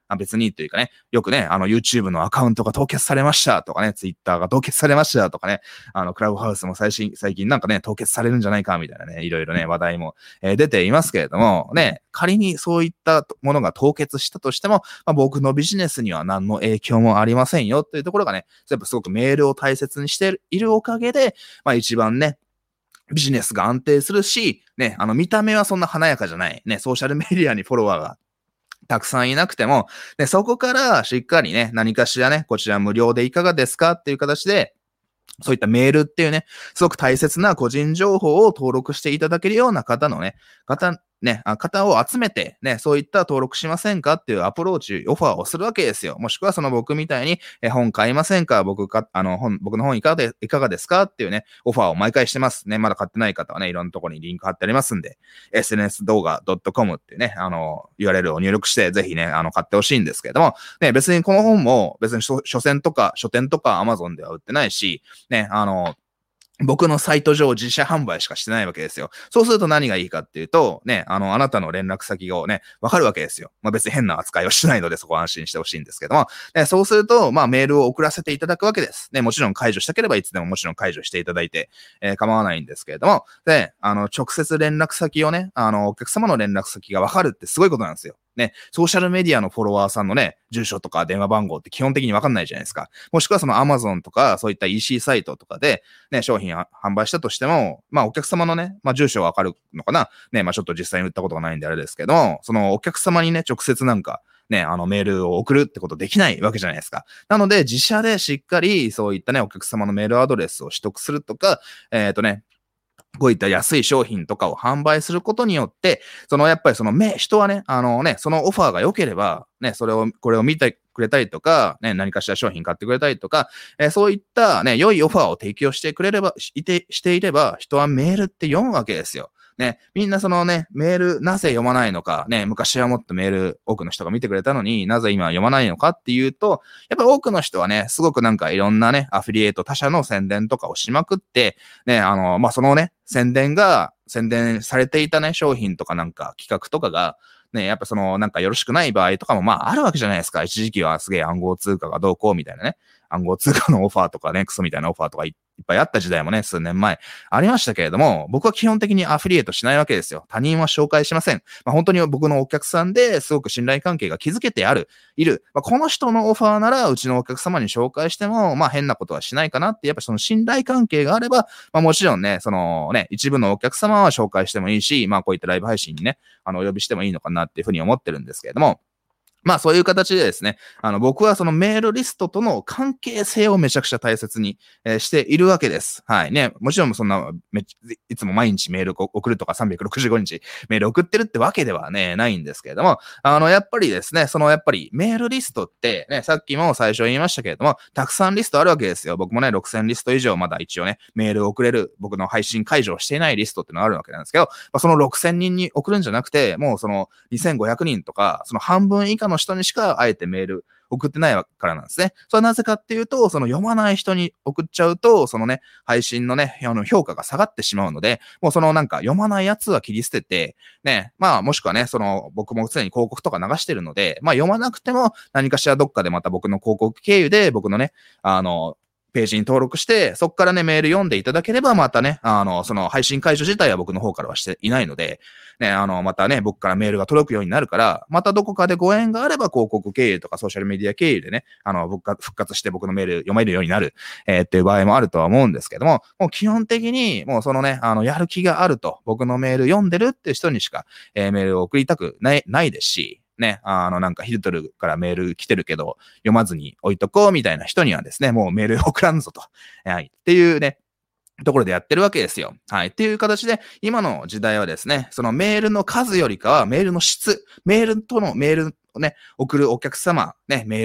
あ別にというかね、よくね、あの YouTube のアカウントが凍結されましたとかね、Twitter が凍結されましたとかね、あのクラブハウスも最新、最近なんかね、凍結されるんじゃないかみたいなね、いろいろね、話題も、えー出ていますけれども、ね、仮にそういったものが凍結したとしても、まあ、僕のビジネスには何の影響もありませんよというところがね、やっぱすごくメールを大切にしているおかげで、まあ一番ね、ビジネスが安定するし、ね、あの見た目はそんな華やかじゃない、ね、ソーシャルメディアにフォロワーがたくさんいなくても、ね、そこからしっかりね、何かしらね、こちら無料でいかがですかっていう形で、そういったメールっていうね、すごく大切な個人情報を登録していただけるような方のね、方、ね、あ方を集めて、ね、そういった登録しませんかっていうアプローチ、オファーをするわけですよ。もしくはその僕みたいに、え本買いませんか僕か、あの、本、僕の本いかがで、いかがですかっていうね、オファーを毎回してますね。まだ買ってない方はね、いろんなところにリンク貼ってありますんで、エスエヌエス 動画 .com っていうね、あの、ユーアールエル を入力して、ぜひね、あの、買ってほしいんですけれども、ね、別にこの本も、別に書書店とか、書店とか Amazon では売ってないし、ね、あの、僕のサイト上自社販売しかしてないわけですよ。そうすると何がいいかっていうと、ね、あの、あなたの連絡先をね、わかるわけですよ。まあ別に変な扱いをしないのでそこは安心してほしいんですけども、ね、そうすると、まあメールを送らせていただくわけです。ね、もちろん解除したければいつでももちろん解除していただいて、えー、構わないんですけれども、で、あの、直接連絡先をね、あの、お客様の連絡先がわかるってすごいことなんですよ。ね、ソーシャルメディアのフォロワーさんのね、住所とか電話番号って基本的にわかんないじゃないですか。もしくはその Amazon とか、そういった イーシー サイトとかで、ね、商品販売したとしても、まあお客様のね、まあ住所わかるのかな。ね、まあちょっと実際に売ったことがないんであれですけど、そのお客様にね、直接なんか、ね、あのメールを送るってことできないわけじゃないですか。なので、自社でしっかりそういったね、お客様のメールアドレスを取得するとか、えっとね、こういった安い商品とかを販売することによって、そのやっぱりその目、人はね、あのね、そのオファーが良ければ、ね、それを、これを見てくれたりとか、ね、何かしら商品買ってくれたりとか、えーそういったね、良いオファーを提供してくれれば、いて、していれば、人はメールって読むわけですよ。ね、みんなそのね、メールなぜ読まないのか、ね、昔はもっとメール多くの人が見てくれたのになぜ今は読まないのかっていうと、やっぱり多くの人はね、すごくなんかいろんなね、アフィリエイト他社の宣伝とかをしまくって、ね、あの、まあ、そのね、宣伝が、宣伝されていたね、商品とかなんか企画とかが、ね、やっぱそのなんかよろしくない場合とかもまああるわけじゃないですか。一時期はすげえ暗号通貨がどうこうみたいなね。暗号通貨のオファーとかね、クソみたいなオファーとかいっぱいあった時代もね、数年前ありましたけれども、僕は基本的にアフィリエイトしないわけですよ。他人は紹介しません。まあ本当に僕のお客さんですごく信頼関係が築けてある、いる。まあ、この人のオファーならうちのお客様に紹介しても、まあ変なことはしないかなって、やっぱその信頼関係があれば、まあもちろんね、そのね、一部のお客様は紹介してもいいし、まあこういったライブ配信にね、あの、お呼びしてもいいのかなっていうふうに思ってるんですけれども、まあそういう形でですね、あの僕はそのメールリストとの関係性をめちゃくちゃ大切に、えーしているわけです。はいね。もちろんそんなめっちゃいつも毎日メールを送るとかさんびゃくろくじゅうごにちメール送ってるってわけではね、ないんですけれども、あのやっぱりですね、そのやっぱりメールリストってね、さっきも最初言いましたけれども、たくさんリストあるわけですよ。僕もね、ろくせんリスト以上まだ一応ね、メールを送れる僕の配信解除をしていないリストっていうのがあるわけなんですけど、まあ、そのろくせんにんに送るんじゃなくて、もうそのにせんごひゃくにんとか、その半分以下の人にしかあえてメール送ってないからなんですね。それはなぜかっていうと、その読まない人に送っちゃうと、そのね、配信のね、あの評価が下がってしまうので、もうそのなんか読まないやつは切り捨てて、ね、まあもしくはね、その僕も常に広告とか流してるので、まあ読まなくても何かしらどっかでまた僕の広告経由で僕のね、あの、ページに登録して、そこからね、メール読んでいただければ、またね、あの、その配信解除自体は僕の方からはしていないので、ね、あの、またね、僕からメールが届くようになるから、またどこかでご縁があれば、広告経由とかソーシャルメディア経由でね、あの、僕が復活して僕のメール読めるようになる、えー、っていう場合もあるとは思うんですけども、もう基本的に、もうそのね、あの、やる気があると、僕のメール読んでるっていう人にしか、えー、メールを送りたくない、ないですし、ね、あの、なんかヒルトルからメール来てるけど、読まずに置いとこうみたいな人にはですね、もうメール送らんぞと。はい。っていうね、ところでやってるわけですよ。はい。っていう形で、今の時代はですね、そのメールの数よりかはメールの質、メールとのメールをね、送るお客様、ね、メール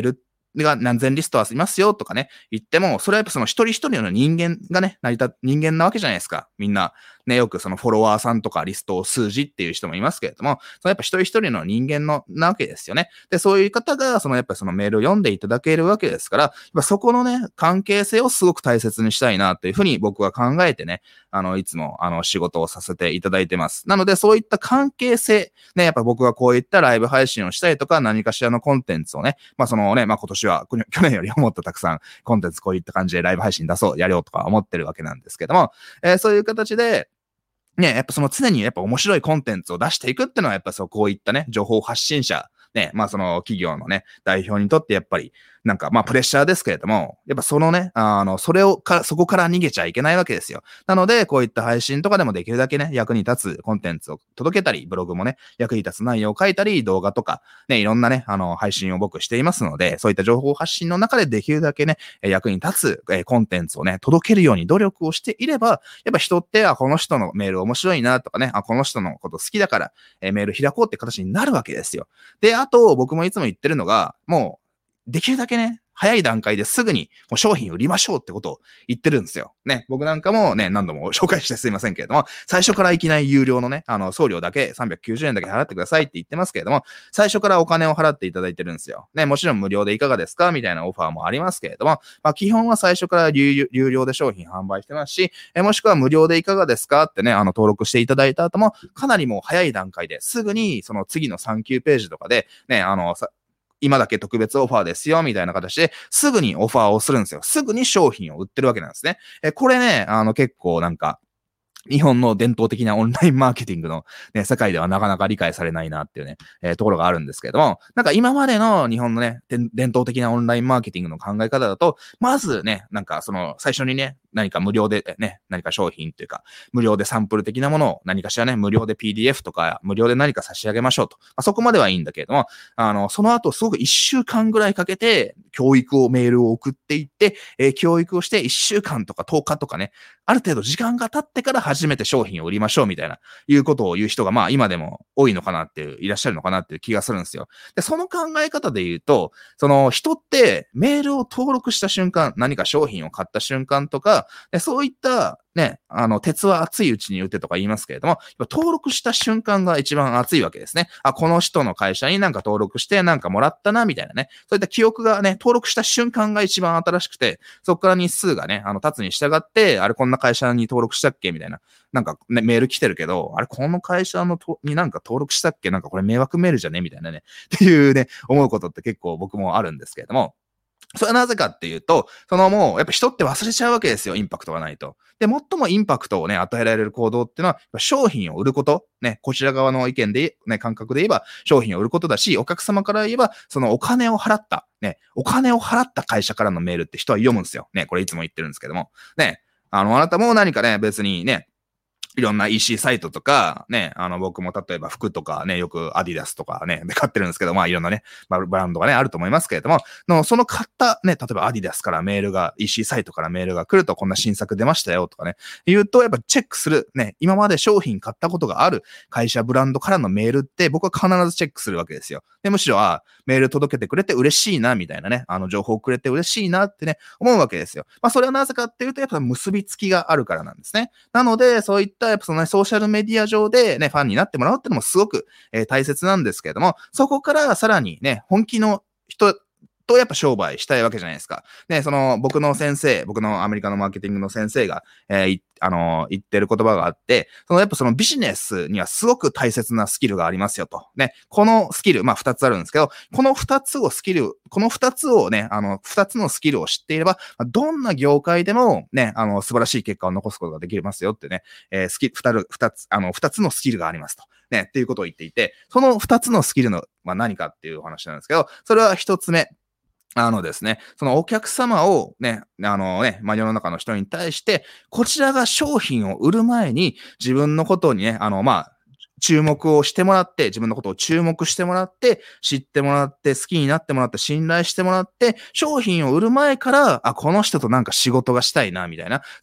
が何千リストはいますよとかね、言っても、それはやっぱその一人一人の人間がね、成り立、人間なわけじゃないですか。みんな。ね、よくそのフォロワーさんとかリストを数字っていう人もいますけれども、そのやっぱ一人一人の人間のなわけですよね。で、そういう方が、そのやっぱそのメールを読んでいただけるわけですから、やっぱそこのね、関係性をすごく大切にしたいなというふうに僕は考えてね、あの、いつもあの仕事をさせていただいてます。なので、そういった関係性、ね、やっぱ僕がこういったライブ配信をしたりとか、何かしらのコンテンツをね、まあそのね、まあ今年は、去年よりもっとたくさんコンテンツこういった感じでライブ配信出そう、やろうとか思ってるわけなんですけども、えーそういう形で、ね、やっぱその常にやっぱ面白いコンテンツを出していくっていうのはやっぱそうこういったね、情報発信者、ね、まあその企業のね、代表にとってやっぱり、なんかまあプレッシャーですけれども、やっぱそのね、あの、それをか、そこから逃げちゃいけないわけですよ。なので、こういった配信とかでもできるだけね、役に立つコンテンツを届けたり、ブログもね、役に立つ内容を書いたり、動画とか、ね、いろんなね、あの、配信を僕していますので、そういった情報発信の中でできるだけね、役に立つ、えー、コンテンツをね、届けるように努力をしていれば、やっぱ人って、あ、この人のメール面白いなとかね、あ、この人のこと好きだから、えー、メール開こうって形になるわけですよ。で、あと、僕もいつも言ってるのが、もう、できるだけね、早い段階ですぐにもう商品売りましょうってことを言ってるんですよ。ね。僕なんかもね、何度も紹介してすいませんけれども、最初からいきなり有料のね、あの、送料だけさんびゃくきゅうじゅうえんだけ払ってくださいって言ってますけれども、最初からお金を払っていただいてるんですよ。ね。もちろん無料でいかがですかみたいなオファーもありますけれども、まあ基本は最初から有料で商品販売してますし、えもしくは無料でいかがですかってね、あの、登録していただいた後も、かなりもう早い段階ですぐにその次の産休ページとかで、ね、あの、さ今だけ特別オファーですよ、みたいな形で、すぐにオファーをするんですよ。すぐに商品を売ってるわけなんですね。え、これね、あの結構なんか、日本の伝統的なオンラインマーケティングの、ね、世界ではなかなか理解されないなっていうね、えー、ところがあるんですけれども、なんか今までの日本のね、伝統的なオンラインマーケティングの考え方だと、まずね、なんかその最初にね、何か無料でね、何か商品というか、無料でサンプル的なものを何かしらね、無料で ピーディーエフ とか無料で何か差し上げましょうと。まあ、そこまではいいんだけれども、あの、その後すごくいっしゅうかんぐらいかけて教育をメールを送っていって、えー、教育をしていっしゅうかんとかとおかとかね、ある程度時間が経ってから初めて商品を売りましょうみたいな、いうことを言う人がまあ今でも多いのかなっていう、いらっしゃるのかなっていう気がするんですよ。で、その考え方で言うと、その人ってメールを登録した瞬間、何か商品を買った瞬間とか、でそういったね、あの、鉄は熱いうちに打てとか言いますけれども、登録した瞬間が一番熱いわけですね。あ、この人の会社になんか登録してなんかもらったな、みたいなね。そういった記憶がね、登録した瞬間が一番新しくて、そこから日数がね、あの、経つに従って、あれこんな会社に登録したっけみたいな。なんかね、メール来てるけど、あれこの会社のとになんか登録したっけなんかこれ迷惑メールじゃねみたいなね。っていうね、思うことって結構僕もあるんですけれども、それはなぜかっていうと、そのもう、やっぱ人って忘れちゃうわけですよ、インパクトがないと。で、最もインパクトをね、与えられる行動っていうのは、商品を売ること、ね、こちら側の意見で、ね、感覚で言えば、商品を売ることだし、お客様から言えば、そのお金を払った、ね、お金を払った会社からのメールって人は読むんですよ。ね、これいつも言ってるんですけども。ね、あの、あなたも何かね、別にね、いろんな イーシー サイトとか、ね、あの、僕も例えば服とかね、よくアディダスとかね、で買ってるんですけど、まあいろんなね、ブランドがね、あると思いますけれども、のその買ったね、例えばアディダスからメールが、イーシー サイトからメールが来ると、こんな新作出ましたよとかね、言うと、やっぱチェックする、ね、今まで商品買ったことがある会社、ブランドからのメールって、僕は必ずチェックするわけですよ。で、むしろ、あ、メール届けてくれて嬉しいな、みたいなね、あの、情報をくれて嬉しいなってね、思うわけですよ。まあ、それはなぜかっていうと、やっぱ結びつきがあるからなんですね。なので、そういった、やっぱそのね、ソーシャルメディア上でね、ファンになってもらうってのもすごく、えー、大切なんですけれども、そこからさらにね、本気の人とやっぱ商売したいわけじゃないですか。ね、その僕の先生、僕のアメリカのマーケティングの先生が、えー、あのー、言ってる言葉があって、そのやっぱそのビジネスにはすごく大切なスキルがありますよと。ね、このスキル、まあ二つあるんですけど、この二つをスキル、この二つをね、あの、二つのスキルを知っていれば、どんな業界でもね、あの、素晴らしい結果を残すことができますよってね、えー、スキル、二つ、二つ、あの、二つのスキルがありますと。ね、っていうことを言っていて、その二つのスキルの、まあ何かっていうお話なんですけど、それは一つ目。あのですね、そのお客様をね、あのね、まあ、世の中の人に対して、こちらが商品を売る前に自分のことにね、あの、まあ、注目をしてもらって、自分のことを注目してもらって、知ってもらって、好きになってもらって、信頼してもらって、商品を売る前から、あ、この人となんか仕事がしたいな、みたいな、そういっ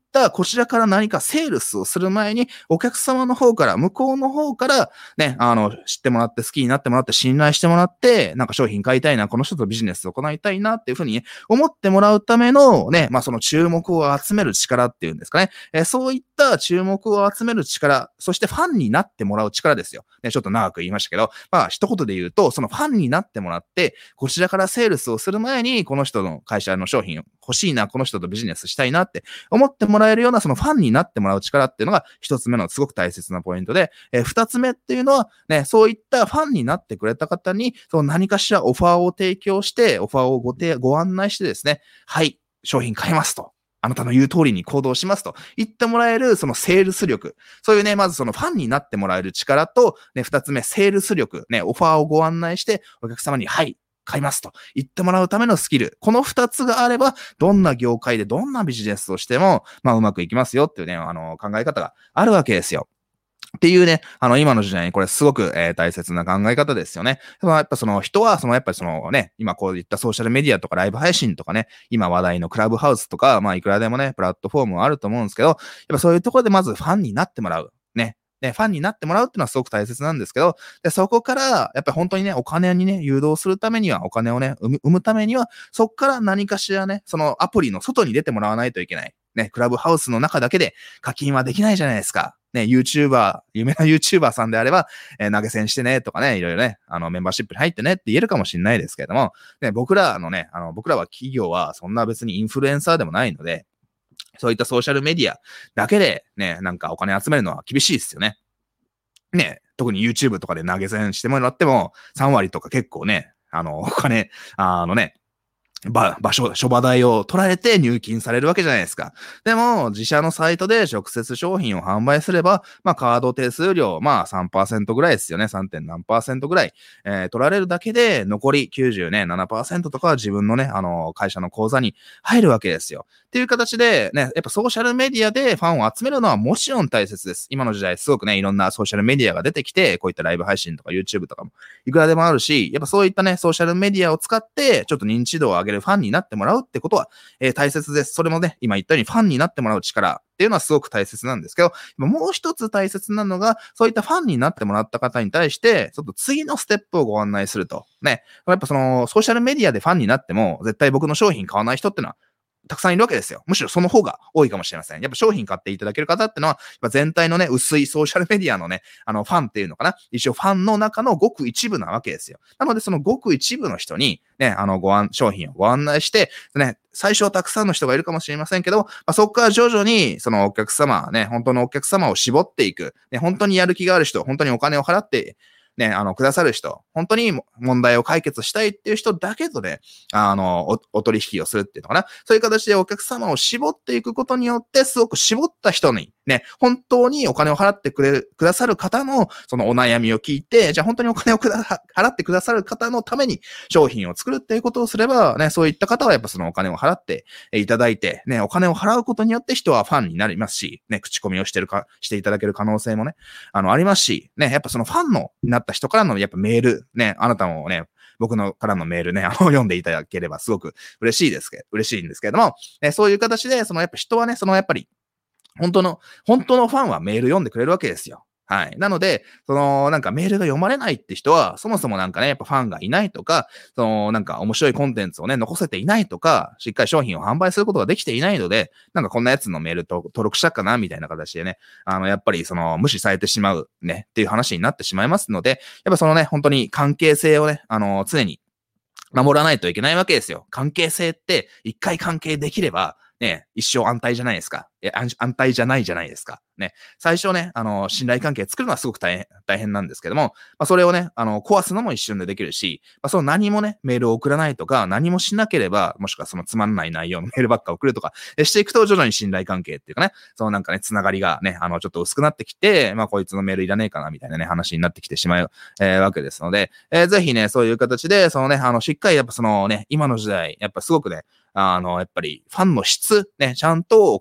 ったこちらから何かセールスをする前に、お客様の方から、向こうの方から、ね、あの、知ってもらって、好きになってもらって、信頼してもらって、なんか商品買いたいな、この人とビジネスを行いたいなっていうふうに、ね、思ってもらうための、ね、まあその注目を集める力っていうんですかね。えー、そういった注目を集める力、そしてファンになってもらう力ですよ。ね、ちょっと長く言いましたけど、まあ一言で言うと、そのファンになってもらって、こちらからセールスをする前に、この人の会社の商品欲しいな、この人とビジネスしたいなって思ってもらえるような、そのファンになってもらう力っていうのが一つ目のすごく大切なポイントで、えー、二つ目っていうのは、ね、そういったファンになってくれた方に、その何かしらオファーを提供して、オファーをご提、ご案内してですね、はい、商品買いますと。あなたの言う通りに行動しますと言ってもらえる、そのセールス力。そういうね、まずそのファンになってもらえる力と、ね、二つ目、セールス力。ね、オファーをご案内して、お客様に、はい、買いますと言ってもらうためのスキル。この二つがあれば、どんな業界でどんなビジネスをしても、まあうまくいきますよっていうね、あの、考え方があるわけですよ。っていうね、あの、今の時代にこれすごく、えー、大切な考え方ですよね。やっぱその人は、そのやっぱりそのね、今こういったソーシャルメディアとかライブ配信とかね、今話題のクラブハウスとか、まあいくらでもね、プラットフォームはあると思うんですけど、やっぱそういうところでまずファンになってもらう。ね。ね、ファンになってもらうっていうのはすごく大切なんですけど、でそこから、やっぱり本当にね、お金にね、誘導するためには、お金をね、生む、生むためには、そこから何かしらね、そのアプリの外に出てもらわないといけない。ね、クラブハウスの中だけで課金はできないじゃないですか。ね、YouTuber、有名な YouTuber さんであれば、えー、投げ銭してねとかね、いろいろね、あの、メンバーシップに入ってねって言えるかもしれないですけれども、ね、僕らのね、あの、僕らは企業はそんな別にインフルエンサーでもないので、そういったソーシャルメディアだけでね、なんかお金集めるのは厳しいですよね。ね、特に YouTube とかで投げ銭してもらっても、さん割とか結構ね、あの、お金、あのね、場、場所、諸場代を取られて入金されるわけじゃないですか。でも、自社のサイトで直接商品を販売すれば、まあ、カード手数料、まあ、さんパーセントぐらいですよね。さん. 何パーセントぐらい、えー、取られるだけで、残りきゅうじゅうななパーセントとかは自分のね、あの、会社の口座に入るわけですよ。っていう形で、ね、やっぱソーシャルメディアでファンを集めるのはもちろん大切です。今の時代、すごくね、いろんなソーシャルメディアが出てきて、こういったライブ配信とか YouTube とかもいくらでもあるし、やっぱそういったね、ソーシャルメディアを使って、ちょっと認知度を上げるファンになってもらうってことは、えー、大切です。それもね、今言ったようにファンになってもらう力っていうのはすごく大切なんですけど、もう一つ大切なのが、そういったファンになってもらった方に対して、ちょっと次のステップをご案内すると。ね。やっぱその、ソーシャルメディアでファンになっても、絶対僕の商品買わない人ってのは、たくさんいるわけですよ。むしろその方が多いかもしれません。やっぱ商品買っていただける方ってのは、やっぱ全体のね、薄いソーシャルメディアのね、あの、ファンっていうのかな。一応ファンの中のごく一部なわけですよ。なので、そのごく一部の人に、ね、あの、ご案、商品をご案内して、ね、最初はたくさんの人がいるかもしれませんけど、まあ、そこから徐々に、そのお客様、ね、本当のお客様を絞っていく。ね、本当にやる気がある人、本当にお金を払って、ね、あの、くださる人、本当に問題を解決したいっていう人だけとね、あの、お、お取引をするっていうのかな。そういう形でお客様を絞っていくことによって、すごく絞った人に、ね、本当にお金を払ってくれる、くださる方の、そのお悩みを聞いて、じゃあ本当にお金をくだ、払ってくださる方のために商品を作るっていうことをすれば、ね、そういった方はやっぱそのお金を払っていただいて、ね、お金を払うことによって人はファンになりますし、ね、口コミをしてるか、していただける可能性もね、あの、ありますし、ね、やっぱそのファンの、なった人からのやっぱメール、ね、あなたもね、僕のからのメールね、あの、読んでいただければすごく嬉しいですけど、嬉しいんですけれども、ね、そういう形で、そのやっぱ人はね、そのやっぱり、本当の、本当のファンはメール読んでくれるわけですよ。はい。なので、その、なんかメールが読まれないって人は、そもそもなんかね、やっぱファンがいないとか、その、なんか面白いコンテンツをね、残せていないとか、しっかり商品を販売することができていないので、なんかこんなやつのメールと登録したかな、みたいな形でね、あの、やっぱりその、無視されてしまう、ね、っていう話になってしまいますので、やっぱそのね、本当に関係性をね、あの、常に守らないといけないわけですよ。関係性って、一回関係できれば、ね、一生安泰じゃないですか。え、安安泰じゃないじゃないですか。ね。最初ね、あの、信頼関係作るのはすごく大変、大変なんですけども、まあ、それをね、あの、壊すのも一瞬でできるし、まあ、その何もね、メールを送らないとか、何もしなければ、もしくはそのつまんない内容のメールばっか送るとか、していくと徐々に信頼関係っていうかね、そのなんかね、つながりがね、あの、ちょっと薄くなってきて、まあ、こいつのメールいらねえかな、みたいなね、話になってきてしまう、えー、わけですので、えー、ぜひね、そういう形で、そのね、あの、しっかりやっぱそのね、今の時代、やっぱすごくね、あの、やっぱりファンの質、ね、ちゃんとお金を払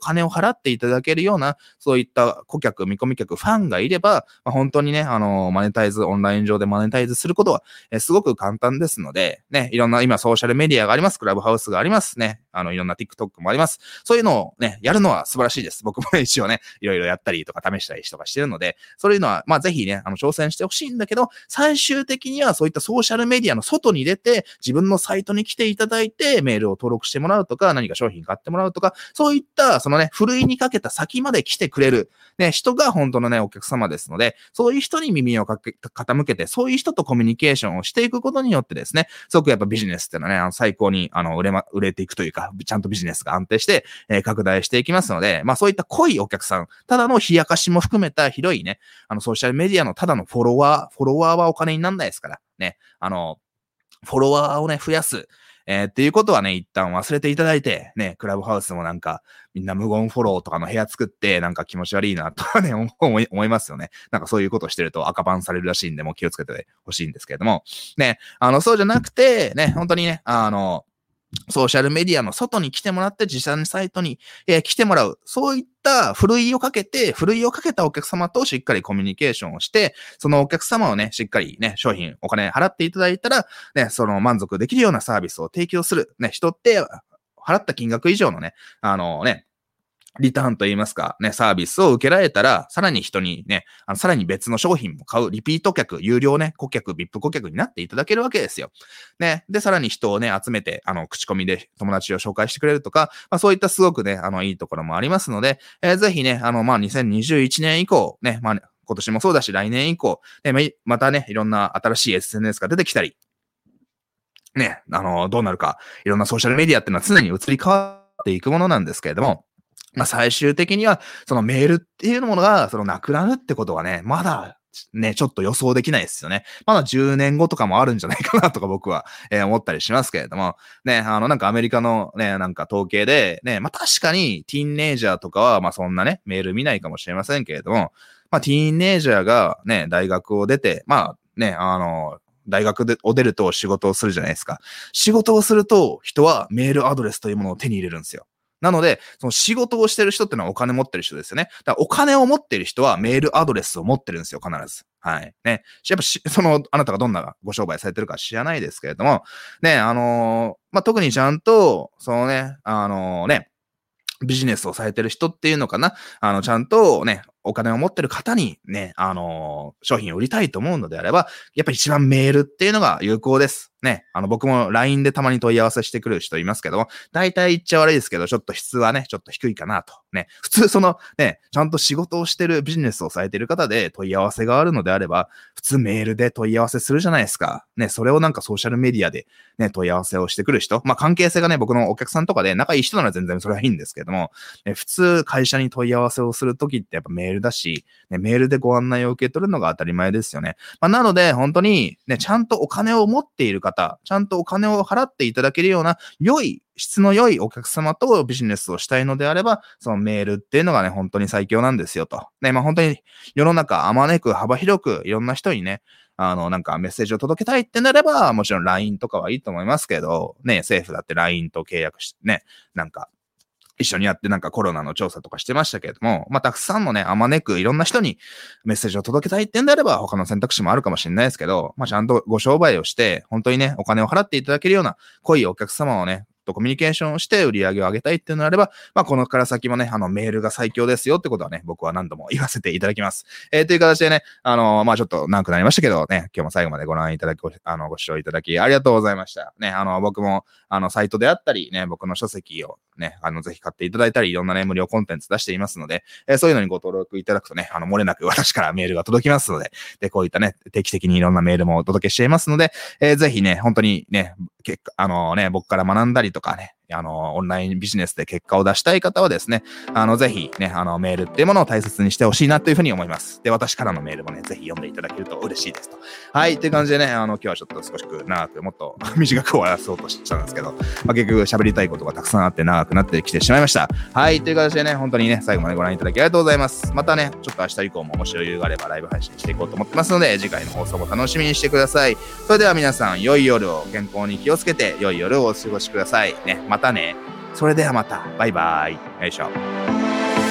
払っていただけるような、そういった顧客、見込み客、ファンがいれば、まあ、本当にね、あの、マネタイズ、オンライン上でマネタイズすることは、えー、すごく簡単ですので、ね、いろんな今ソーシャルメディアがあります。クラブハウスがありますね。あの、いろんな TikTok もあります。そういうのをね、やるのは素晴らしいです。僕も一応ね、いろいろやったりとか試したりとかしてるので、そういうのは、まあぜひね、あの、挑戦してほしいんだけど、最終的にはそういったソーシャルメディアの外に出て、自分のサイトに来ていただいて、メールを登録してもらうとか、何か商品買ってもらうとか、そういった、そのね、ふるいにかけた先まで来てくれる、ね、人が本当のね、お客様ですので、そういう人に耳をかけ傾けて、そういう人とコミュニケーションをしていくことによってですね、すごくやっぱビジネスっていうのはね、あの最高に、あの、売れま、売れていくというか、ちゃんとビジネスが安定して、えー、拡大していきますので、まあそういった濃いお客さん、ただの冷やかしも含めた広いね、あの、ソーシャルメディアのただのフォロワー、フォロワーはお金になんないですから、ね、あの、フォロワーをね、増やす。えー、っていうことはね、一旦忘れていただいて、ね、クラブハウスもなんか、みんな無言フォローとかの部屋作って、なんか気持ち悪いな、とかね、思い、思いますよね。なんかそういうことをしてると赤バンされるらしいんで、もう気をつけてほしいんですけれども、ね、あの、そうじゃなくて、ね、本当にね、あの、ソーシャルメディアの外に来てもらって、自社のサイトに、えー、来てもらう。そういったふるいをかけて、ふるいをかけたお客様としっかりコミュニケーションをして、そのお客様をね、しっかりね、商品、お金払っていただいたら、ね、その満足できるようなサービスを提供する。ね、人って払った金額以上のね、あのね、リターンと言いますか、ね、サービスを受けられたら、さらに人にね、あのさらに別の商品も買う、リピート客、有料ね、顧客、ブイアイピー 顧客になっていただけるわけですよ。ね。で、さらに人をね、集めて、あの、口コミで友達を紹介してくれるとか、まあそういったすごくね、あの、いいところもありますので、えー、ぜひね、あの、まあにせんにじゅういちねん以降、ね、まあ、今年もそうだし、来年以降、ね、またね、いろんな新しい エスエヌエス が出てきたり、ね、あの、どうなるか、いろんなソーシャルメディアっていうのは常に移り変わっていくものなんですけれども、まあ最終的には、そのメールっていうものが、そのなくなるってことはね、まだ、ね、ちょっと予想できないですよね。まだじゅうねんごとかもあるんじゃないかなとか僕は、えー、思ったりしますけれども、ね、あのなんかアメリカのね、なんか統計で、ね、まあ確かにティーンネイジャーとかは、まあそんなね、メール見ないかもしれませんけれども、まあティーンネイジャーがね、大学を出て、まあね、あの、大学でを出ると仕事をするじゃないですか。仕事をすると人はメールアドレスというものを手に入れるんですよ。なので、その仕事をしてる人ってのはお金持ってる人ですよね。だからお金を持ってる人はメールアドレスを持ってるんですよ、必ず。はい。ね。やっぱし、その、あなたがどんなご商売されてるか知らないですけれども、ね、あのー、まあ、特にちゃんと、そのね、あのー、ね、ビジネスをされてる人っていうのかな、あの、ちゃんとね、お金を持ってる方にね、あのー、商品を売りたいと思うのであれば、やっぱり一番メールっていうのが有効です。ね。あの、僕も ライン でたまに問い合わせしてくる人いますけども、大体言っちゃ悪いですけど、ちょっと質はね、ちょっと低いかなと。ね。普通そのね、ちゃんと仕事をしてるビジネスをされてる方で問い合わせがあるのであれば、普通メールで問い合わせするじゃないですか。ね。それをなんかソーシャルメディアでね、問い合わせをしてくる人。まあ、関係性がね、僕のお客さんとかで仲いい人なら全然それはいいんですけども、ね、普通会社に問い合わせをするときってやっぱメールだし、ね、メールでご案内を受け取るのが当たり前ですよね。まあ、なので、本当に、ね、ちゃんとお金を持っている方、ちゃんとお金を払っていただけるような、良い、質の良いお客様とビジネスをしたいのであれば、そのメールっていうのがね、本当に最強なんですよと。ね、まあ本当に世の中あまねく幅広くいろんな人にね、あの、なんかメッセージを届けたいってなれば、もちろん ライン とかはいいと思いますけど、ね、政府だって ライン と契約して、ね、なんか、一緒にやってなんかコロナの調査とかしてましたけれども、まあ、たくさんのね、あまねくいろんな人にメッセージを届けたいってんであれば、他の選択肢もあるかもしれないですけど、まあ、ちゃんとご商売をして、本当にね、お金を払っていただけるような濃いお客様をね、とコミュニケーションをして売り上げを上げたいっていうのであれば、まあ、このから先もね、あの、メールが最強ですよってことはね、僕は何度も言わせていただきます。えー、という形でね、あのー、まあ、ちょっと長くなりましたけどね、今日も最後までご覧いただき、あの、ご視聴いただきありがとうございました。ね、あの、僕も、あの、サイトであったり、ね、僕の書籍をね、あの、ぜひ買っていただいたり、いろんなね、無料コンテンツ出していますので、えー、そういうのにご登録いただくとね、あの、漏れなく私からメールが届きますので、で、こういったね、定期的にいろんなメールもお届けしていますので、えー、ぜひね、本当にね、結果、あのね、僕から学んだりとかね、あの、オンラインビジネスで結果を出したい方はですね、あの、ぜひね、あの、メールっていうものを大切にしてほしいなというふうに思います。で、私からのメールもね、ぜひ読んでいただけると嬉しいですと。はい、という感じでね、あの、今日はちょっと少し長く、もっと短く終わらそうとしたんですけど、まあ、結局喋りたいことがたくさんあって長くなってきてしまいました。はい、という形でね、本当にね、最後までご覧いただきありがとうございます。またね、ちょっと明日以降も面白い理由があればライブ配信していこうと思ってますので、次回の放送も楽しみにしてください。それでは皆さん、良い夜を健康に気をつけて、良い夜をお過ごしください。ね、またね。それではまた。バイバイ。よいしょ。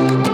した。